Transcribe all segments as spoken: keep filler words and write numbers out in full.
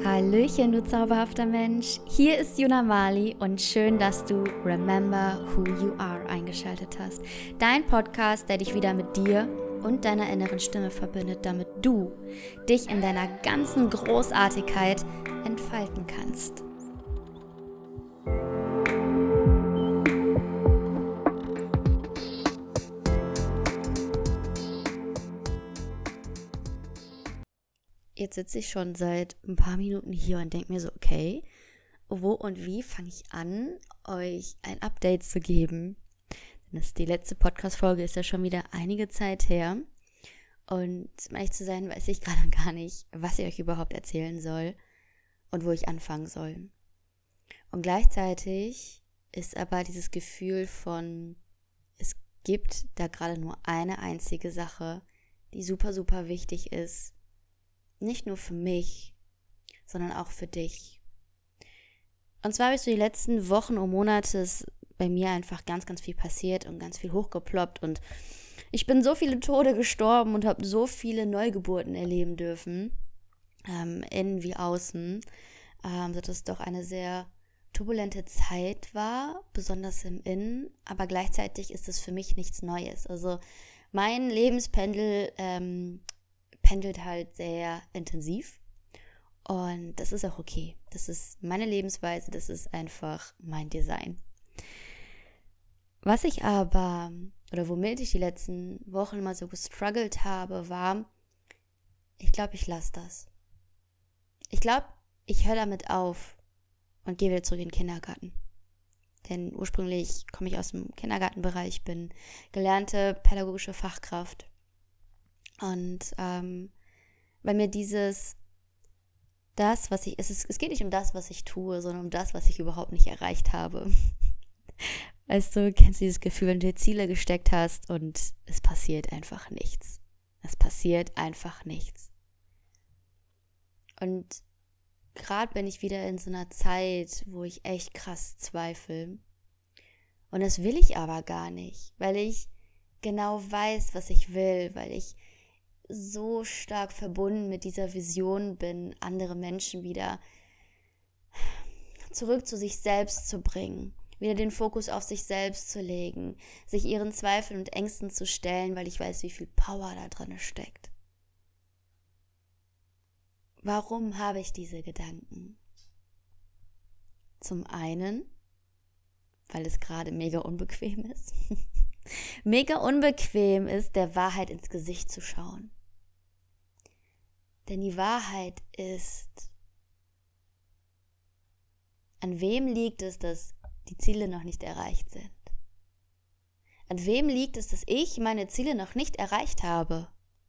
Hallöchen, du zauberhafter Mensch. Hier ist Juna Mali und schön, dass du Remember Who You Are eingeschaltet hast. Dein Podcast, der dich wieder mit dir und deiner inneren Stimme verbindet, damit du dich in deiner ganzen Großartigkeit entfalten kannst. Jetzt sitze ich schon seit ein paar Minuten hier und denke mir so, okay, wo und wie fange ich an, euch ein Update zu geben? Denn das, die letzte Podcast-Folge ist ja schon wieder einige Zeit her. Und um ehrlich zu sein, weiß ich gerade gar nicht, was ich euch überhaupt erzählen soll und wo ich anfangen soll. Und gleichzeitig ist aber dieses Gefühl von, es gibt da gerade nur eine einzige Sache, die super, super wichtig ist. Nicht nur für mich, sondern auch für dich. Und zwar habe ich so die letzten Wochen und Monate ist bei mir einfach ganz, ganz viel passiert und ganz viel hochgeploppt. Und ich bin so viele Tode gestorben und habe so viele Neugeburten erleben dürfen, ähm, innen wie außen, ähm, sodass es doch eine sehr turbulente Zeit war, besonders im Innen. Aber gleichzeitig ist es für mich nichts Neues. Also mein Lebenspendel ähm, pendelt halt sehr intensiv und das ist auch okay. Das ist meine Lebensweise, das ist einfach mein Design. Was ich aber, oder womit ich die letzten Wochen mal so gestruggelt habe, war, ich glaube, ich lasse das. Ich glaube, ich höre damit auf und gehe wieder zurück in den Kindergarten. Denn ursprünglich komme ich aus dem Kindergartenbereich, bin gelernte pädagogische Fachkraft. Und ähm, bei mir dieses, das, was ich, es, ist, es geht nicht um das, was ich tue, sondern um das, was ich überhaupt nicht erreicht habe. Weißt du, kennst du dieses Gefühl, wenn du dir Ziele gesteckt hast und es passiert einfach nichts. Es passiert einfach nichts. Und gerade bin ich wieder in so einer Zeit, wo ich echt krass zweifle. Und das will ich aber gar nicht, weil ich genau weiß, was ich will, weil ich so stark verbunden mit dieser Vision bin, andere Menschen wieder zurück zu sich selbst zu bringen, wieder den Fokus auf sich selbst zu legen, sich ihren Zweifeln und Ängsten zu stellen, weil ich weiß, wie viel Power da drin steckt. Warum habe ich diese Gedanken? Zum einen, weil es gerade mega unbequem ist. Mega unbequem ist, der Wahrheit ins Gesicht zu schauen. Denn die Wahrheit ist, an wem liegt es, dass die Ziele noch nicht erreicht sind? An wem liegt es, dass ich meine Ziele noch nicht erreicht habe?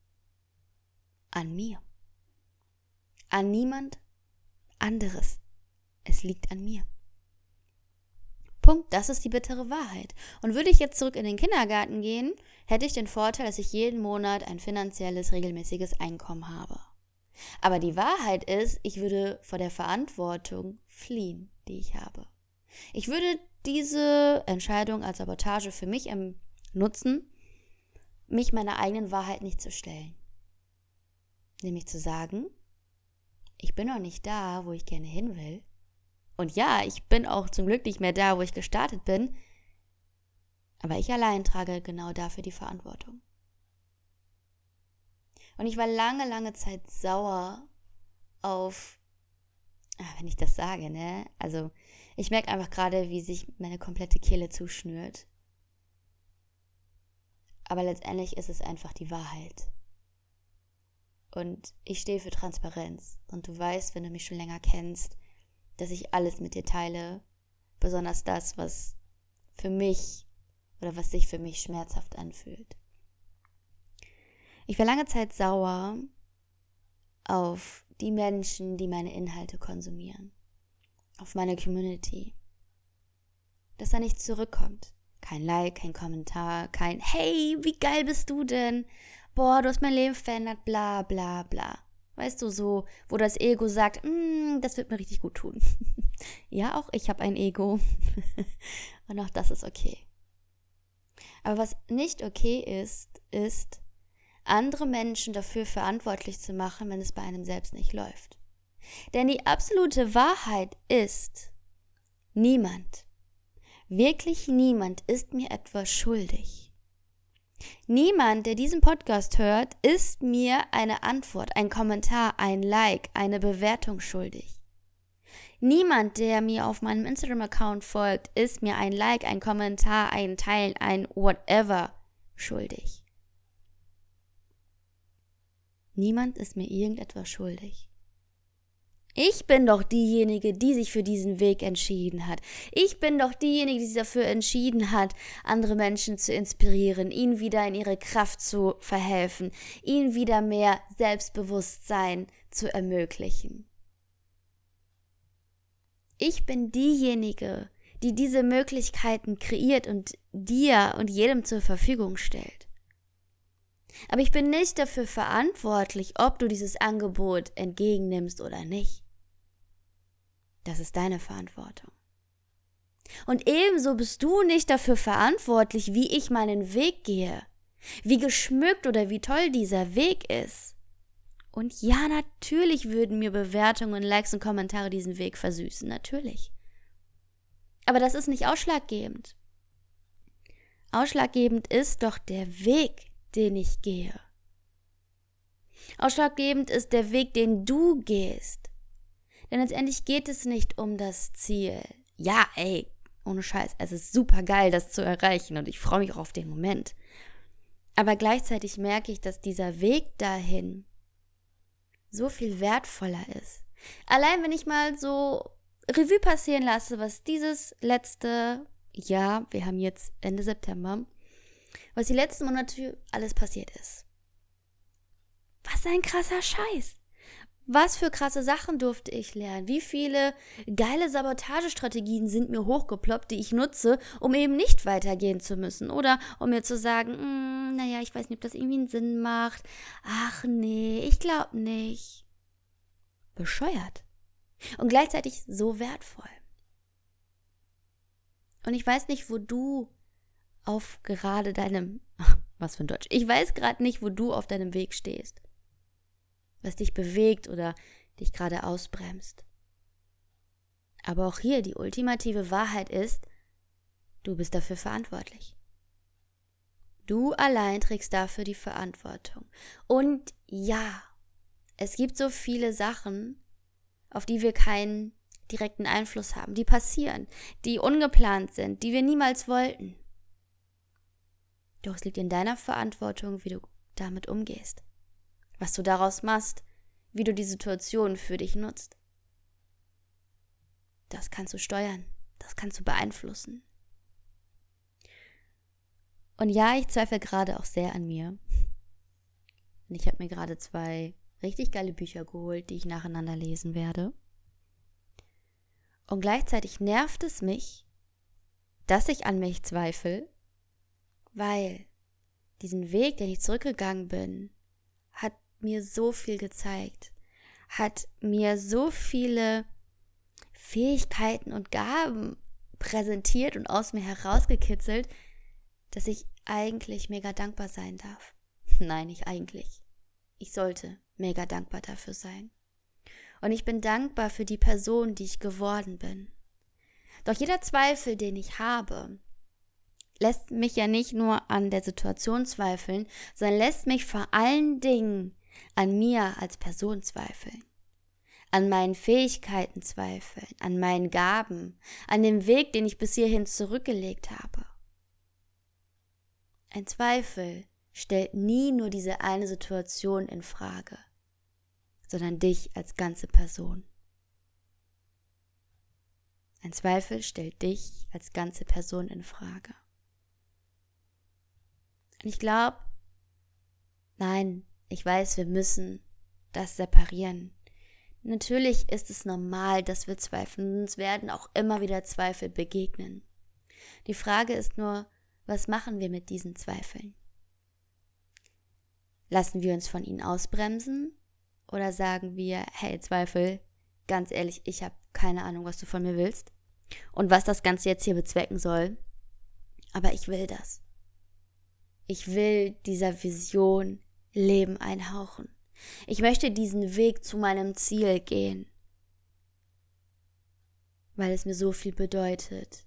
An mir. An niemand anderes. Es liegt an mir. Punkt, das ist die bittere Wahrheit. Und würde ich jetzt zurück in den Kindergarten gehen, hätte ich den Vorteil, dass ich jeden Monat ein finanzielles, regelmäßiges Einkommen habe. Aber die Wahrheit ist, ich würde vor der Verantwortung fliehen, die ich habe. Ich würde diese Entscheidung als Sabotage für mich nutzen, mich meiner eigenen Wahrheit nicht zu stellen. Nämlich zu sagen, ich bin noch nicht da, wo ich gerne hin will. Und ja, ich bin auch zum Glück nicht mehr da, wo ich gestartet bin. Aber ich allein trage genau dafür die Verantwortung. Und ich war lange, lange Zeit sauer auf, ach, wenn ich das sage, ne? Also ich merke einfach gerade, wie sich meine komplette Kehle zuschnürt. Aber letztendlich ist es einfach die Wahrheit. Und ich stehe für Transparenz. Und du weißt, wenn du mich schon länger kennst, dass ich alles mit dir teile, besonders das, was für mich oder was sich für mich schmerzhaft anfühlt. Ich war lange Zeit sauer auf die Menschen, die meine Inhalte konsumieren, auf meine Community, dass da nichts zurückkommt. Kein Like, kein Kommentar, kein Hey, wie geil bist du denn? Boah, du hast mein Leben verändert, bla bla bla. Weißt du, so, wo das Ego sagt, das wird mir richtig gut tun. Ja, auch ich habe ein Ego. Und auch das ist okay. Aber was nicht okay ist, ist, andere Menschen dafür verantwortlich zu machen, wenn es bei einem selbst nicht läuft. Denn die absolute Wahrheit ist, niemand, wirklich niemand ist mir etwas schuldig. Niemand, der diesen Podcast hört, ist mir eine Antwort, ein Kommentar, ein Like, eine Bewertung schuldig. Niemand, der mir auf meinem Instagram-Account folgt, ist mir ein Like, ein Kommentar, ein Teilen, ein whatever schuldig. Niemand ist mir irgendetwas schuldig. Ich bin doch diejenige, die sich für diesen Weg entschieden hat. Ich bin doch diejenige, die sich dafür entschieden hat, andere Menschen zu inspirieren, ihnen wieder in ihre Kraft zu verhelfen, ihnen wieder mehr Selbstbewusstsein zu ermöglichen. Ich bin diejenige, die diese Möglichkeiten kreiert und dir und jedem zur Verfügung stellt. Aber ich bin nicht dafür verantwortlich, ob du dieses Angebot entgegennimmst oder nicht. Das ist deine Verantwortung. Und ebenso bist du nicht dafür verantwortlich, wie ich meinen Weg gehe, wie geschmückt oder wie toll dieser Weg ist. Und ja, natürlich würden mir Bewertungen, Likes und Kommentare diesen Weg versüßen, natürlich. Aber das ist nicht ausschlaggebend. Ausschlaggebend ist doch der Weg, den ich gehe. Ausschlaggebend ist der Weg, den du gehst. Denn letztendlich geht es nicht um das Ziel. Ja, ey, ohne Scheiß, es ist super geil, das zu erreichen und ich freue mich auch auf den Moment. Aber gleichzeitig merke ich, dass dieser Weg dahin so viel wertvoller ist. Allein wenn ich mal so Revue passieren lasse, was dieses letzte Jahr, wir haben jetzt Ende September, was die letzten Monate alles passiert ist. Was ein krasser Scheiß. Was für krasse Sachen durfte ich lernen? Wie viele geile Sabotagestrategien sind mir hochgeploppt, die ich nutze, um eben nicht weitergehen zu müssen? Oder um mir zu sagen, naja, ich weiß nicht, ob das irgendwie einen Sinn macht. Ach nee, ich glaube nicht. Bescheuert. Und gleichzeitig so wertvoll. Und ich weiß nicht, wo du auf gerade deinem, was für ein Deutsch, ich weiß gerade nicht, wo du auf deinem Weg stehst. Was dich bewegt oder dich gerade ausbremst. Aber auch hier die ultimative Wahrheit ist, du bist dafür verantwortlich. Du allein trägst dafür die Verantwortung. Und ja, es gibt so viele Sachen, auf die wir keinen direkten Einfluss haben, die passieren, die ungeplant sind, die wir niemals wollten. Doch es liegt in deiner Verantwortung, wie du damit umgehst. Was du daraus machst, wie du die Situation für dich nutzt. Das kannst du steuern, das kannst du beeinflussen. Und ja, ich zweifle gerade auch sehr an mir. Und ich habe mir gerade zwei richtig geile Bücher geholt, die ich nacheinander lesen werde. Und gleichzeitig nervt es mich, dass ich an mich zweifle, weil diesen Weg, den ich zurückgegangen bin, hat mir so viel gezeigt, hat mir so viele Fähigkeiten und Gaben präsentiert und aus mir herausgekitzelt, dass ich eigentlich mega dankbar sein darf. Nein, nicht eigentlich. Ich sollte mega dankbar dafür sein. Und ich bin dankbar für die Person, die ich geworden bin. Doch jeder Zweifel, den ich habe, lässt mich ja nicht nur an der Situation zweifeln, sondern lässt mich vor allen Dingen an mir als Person zweifeln. An meinen Fähigkeiten zweifeln, an meinen Gaben, an dem Weg, den ich bis hierhin zurückgelegt habe. Ein Zweifel stellt nie nur diese eine Situation in Frage, sondern dich als ganze Person. Ein Zweifel stellt dich als ganze Person in Frage. Und ich glaube, nein, ich weiß, wir müssen das separieren. Natürlich ist es normal, dass wir zweifeln. Uns werden auch immer wieder Zweifel begegnen. Die Frage ist nur, was machen wir mit diesen Zweifeln? Lassen wir uns von ihnen ausbremsen? Oder sagen wir, hey Zweifel, ganz ehrlich, ich habe keine Ahnung, was du von mir willst und was das Ganze jetzt hier bezwecken soll. Aber ich will das. Ich will dieser Vision Leben einhauchen. Ich möchte diesen Weg zu meinem Ziel gehen. weil es mir so viel bedeutet.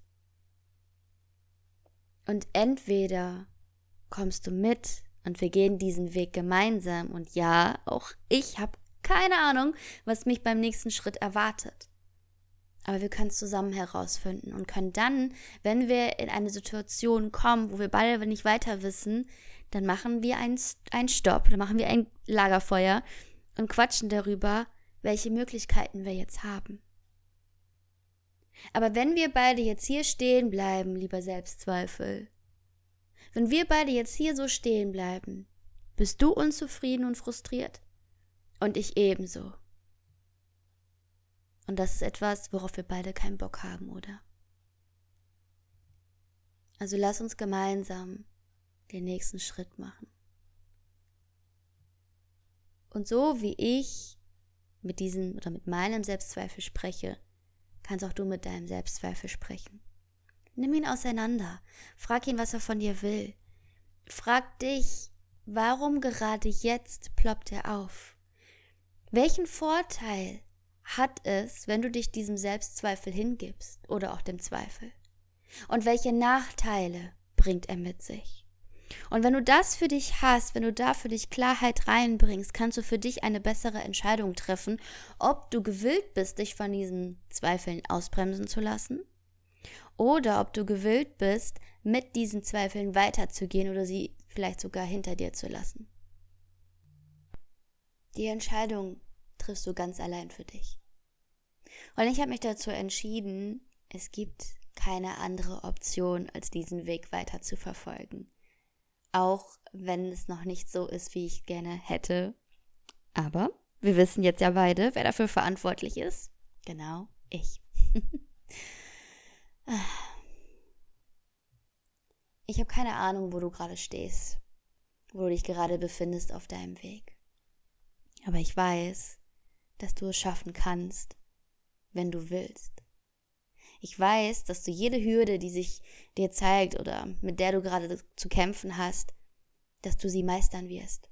Und entweder kommst du mit und wir gehen diesen Weg gemeinsam. Und ja, auch ich habe keine Ahnung, was mich beim nächsten Schritt erwartet. Aber wir können es zusammen herausfinden und können dann, wenn wir in eine Situation kommen, wo wir beide nicht weiter wissen, dann machen wir einen, einen Stopp, dann machen wir ein Lagerfeuer und quatschen darüber, welche Möglichkeiten wir jetzt haben. Aber wenn wir beide jetzt hier stehen bleiben, lieber Selbstzweifel, wenn wir beide jetzt hier so stehen bleiben, bist du unzufrieden und frustriert und ich ebenso. Und das ist etwas, worauf wir beide keinen Bock haben, oder? Also lass uns gemeinsam den nächsten Schritt machen. Und so wie ich mit diesem oder mit meinem Selbstzweifel spreche, kannst auch du mit deinem Selbstzweifel sprechen. Nimm ihn auseinander. Frag ihn, was er von dir will. Frag dich, warum gerade jetzt ploppt er auf? Welchen Vorteil hat es, wenn du dich diesem Selbstzweifel hingibst oder auch dem Zweifel? Und welche Nachteile bringt er mit sich? Und wenn du das für dich hast, wenn du da für dich Klarheit reinbringst, kannst du für dich eine bessere Entscheidung treffen, ob du gewillt bist, dich von diesen Zweifeln ausbremsen zu lassen oder ob du gewillt bist, mit diesen Zweifeln weiterzugehen oder sie vielleicht sogar hinter dir zu lassen. Die Entscheidung triffst du ganz allein für dich. Und ich habe mich dazu entschieden, es gibt keine andere Option, als diesen Weg weiter zu verfolgen. Auch wenn es noch nicht so ist, wie ich gerne hätte. Aber wir wissen jetzt ja beide, wer dafür verantwortlich ist. Genau, ich. Ich habe keine Ahnung, wo du gerade stehst, wo du dich gerade befindest auf deinem Weg. Aber ich weiß, dass du es schaffen kannst, wenn du willst. Ich weiß, dass du jede Hürde, die sich dir zeigt oder mit der du gerade zu kämpfen hast, dass du sie meistern wirst.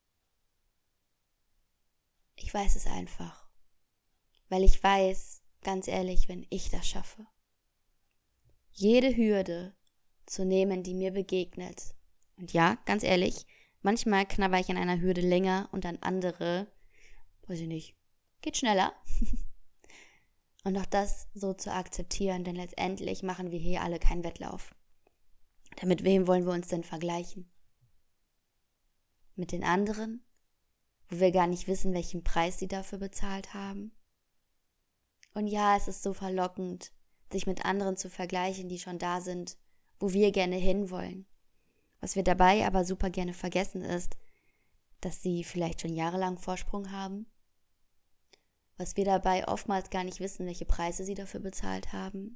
Ich weiß es einfach, weil ich weiß, ganz ehrlich, wenn ich das schaffe, jede Hürde zu nehmen, die mir begegnet. Und ja, ganz ehrlich, manchmal knabber ich an einer Hürde länger und an andere, weiß ich nicht, geht schneller. Und auch das so zu akzeptieren, denn letztendlich machen wir hier alle keinen Wettlauf. Damit wem wollen wir uns denn vergleichen? Mit den anderen, wo wir gar nicht wissen, welchen Preis sie dafür bezahlt haben? Und ja, es ist so verlockend, sich mit anderen zu vergleichen, die schon da sind, wo wir gerne hinwollen. Was wir dabei aber super gerne vergessen ist, dass sie vielleicht schon jahrelang Vorsprung haben. Was wir dabei oftmals gar nicht wissen, welche Preise sie dafür bezahlt haben.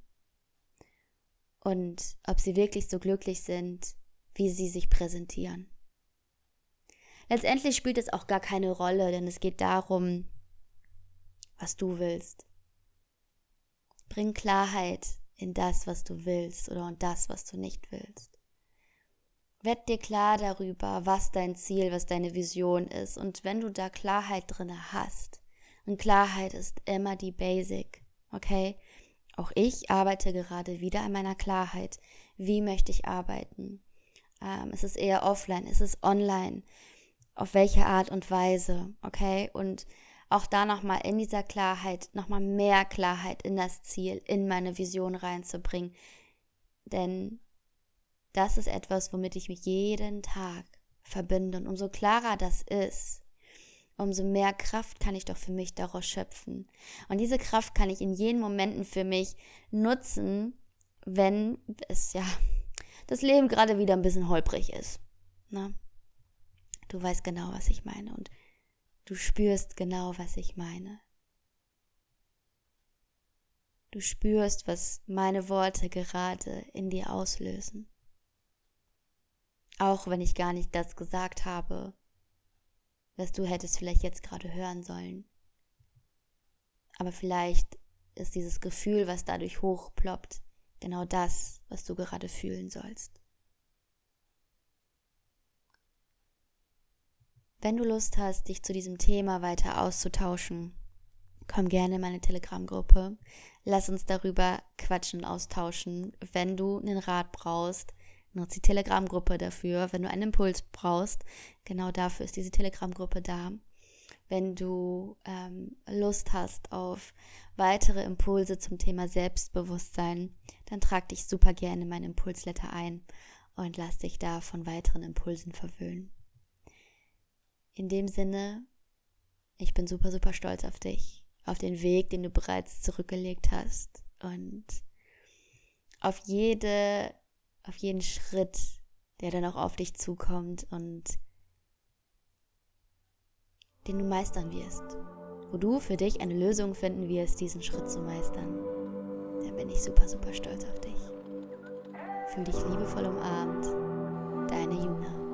Und ob sie wirklich so glücklich sind, wie sie sich präsentieren. Letztendlich spielt es auch gar keine Rolle, denn es geht darum, was du willst. Bring Klarheit in das, was du willst oder in das, was du nicht willst. Werd dir klar darüber, was dein Ziel, was deine Vision ist. Und wenn du da Klarheit drin hast, und Klarheit ist immer die Basic, okay? Auch ich arbeite gerade wieder an meiner Klarheit. Wie möchte ich arbeiten? Ähm, ist es eher offline? Ist es online? Auf welche Art und Weise, okay? Und auch da nochmal in dieser Klarheit, nochmal mehr Klarheit in das Ziel, in meine Vision reinzubringen. Denn das ist etwas, womit ich mich jeden Tag verbinde. Und umso klarer das ist, umso mehr Kraft kann ich doch für mich daraus schöpfen. Und diese Kraft kann ich in jenen Momenten für mich nutzen, wenn es ja das Leben gerade wieder ein bisschen holprig ist. Na? Du weißt genau, was ich meine und du spürst genau, was ich meine. Du spürst, was meine Worte gerade in dir auslösen. Auch wenn ich gar nicht das gesagt habe, was du hättest vielleicht jetzt gerade hören sollen. Aber vielleicht ist dieses Gefühl, was dadurch hochploppt, genau das, was du gerade fühlen sollst. Wenn du Lust hast, dich zu diesem Thema weiter auszutauschen, komm gerne in meine Telegram-Gruppe. Lass uns darüber quatschen und austauschen. Wenn du einen Rat brauchst, nutze die Telegram-Gruppe dafür. Wenn du einen Impuls brauchst, genau dafür ist diese Telegram-Gruppe da. Wenn du ähm, Lust hast auf weitere Impulse zum Thema Selbstbewusstsein, dann trag dich super gerne in mein Impulsletter ein und lass dich da von weiteren Impulsen verwöhnen. In dem Sinne, ich bin super, super stolz auf dich, auf den Weg, den du bereits zurückgelegt hast und auf jede, auf jeden Schritt, der dann auch auf dich zukommt und den du meistern wirst, wo du für dich eine Lösung finden wirst, diesen Schritt zu meistern. Dann bin ich super, super stolz auf dich. Fühl dich liebevoll umarmt, deine Juna.